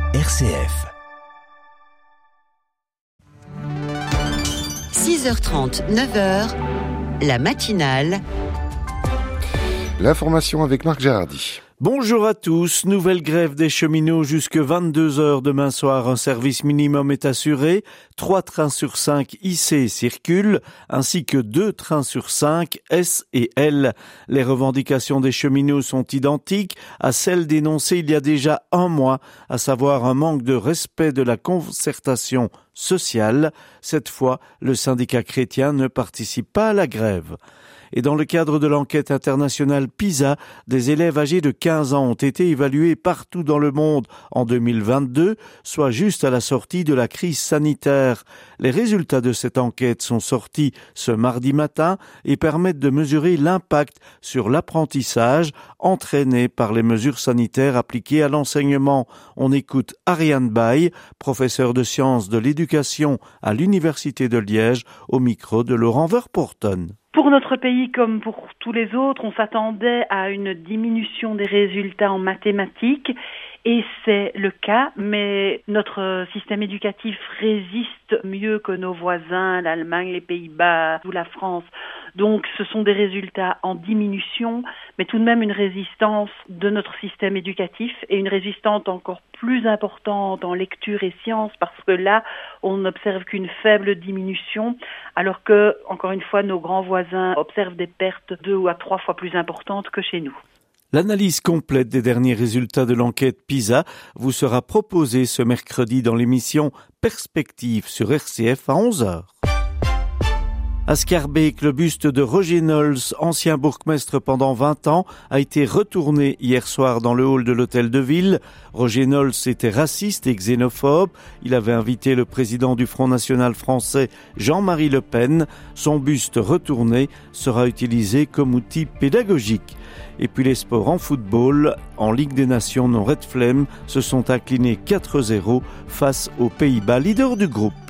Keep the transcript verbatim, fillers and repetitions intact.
R C F. six heures trente, neuf heures, la matinale. L'information avec Marc Gérardi. Bonjour à tous. Nouvelle grève des cheminots jusque vingt-deux heures demain soir. Un service minimum est assuré. Trois trains sur cinq I C circulent, ainsi que deux trains sur cinq S et L. Les revendications des cheminots sont identiques à celles dénoncées il y a déjà un mois, à savoir un manque de respect de la concertation sociale. Cette fois, le syndicat chrétien ne participe pas à la grève. Et dans le cadre de l'enquête internationale PISA, des élèves âgés de quinze ans ont été évalués partout dans le monde en deux mille vingt-deux, soit juste à la sortie de la crise sanitaire. Les résultats de cette enquête sont sortis ce mardi matin et permettent de mesurer l'impact sur l'apprentissage entraîné par les mesures sanitaires appliquées à l'enseignement. On écoute Ariane Baye, professeure de sciences de l'éducation à l'Université de Liège, au micro de Laurent Verpoorten. Pour notre pays comme pour tous les autres, on s'attendait à une diminution des résultats en mathématiques et c'est le cas, mais notre système éducatif résiste mieux que nos voisins, l'Allemagne, les Pays-Bas ou la France. Donc ce sont des résultats en diminution, mais tout de même une résistance de notre système éducatif et une résistance encore plus importante en lecture et sciences parce que là, on n'observe qu'une faible diminution alors que, encore une fois, nos grands voisins observent des pertes deux ou à trois fois plus importantes que chez nous. L'analyse complète des derniers résultats de l'enquête PISA vous sera proposée ce mercredi dans l'émission Perspective sur R C F à onze heures. À Schaerbeek, le buste de Roger Nols, ancien bourgmestre pendant vingt ans, a été retourné hier soir dans le hall de l'hôtel de ville. Roger Nols était raciste et xénophobe. Il avait invité le président du Front National français, Jean-Marie Le Pen. Son buste retourné sera utilisé comme outil pédagogique. Et puis les sports en football, en Ligue des Nations, nos Red Flames se sont inclinés quatre zéro face aux Pays-Bas, leader du groupe.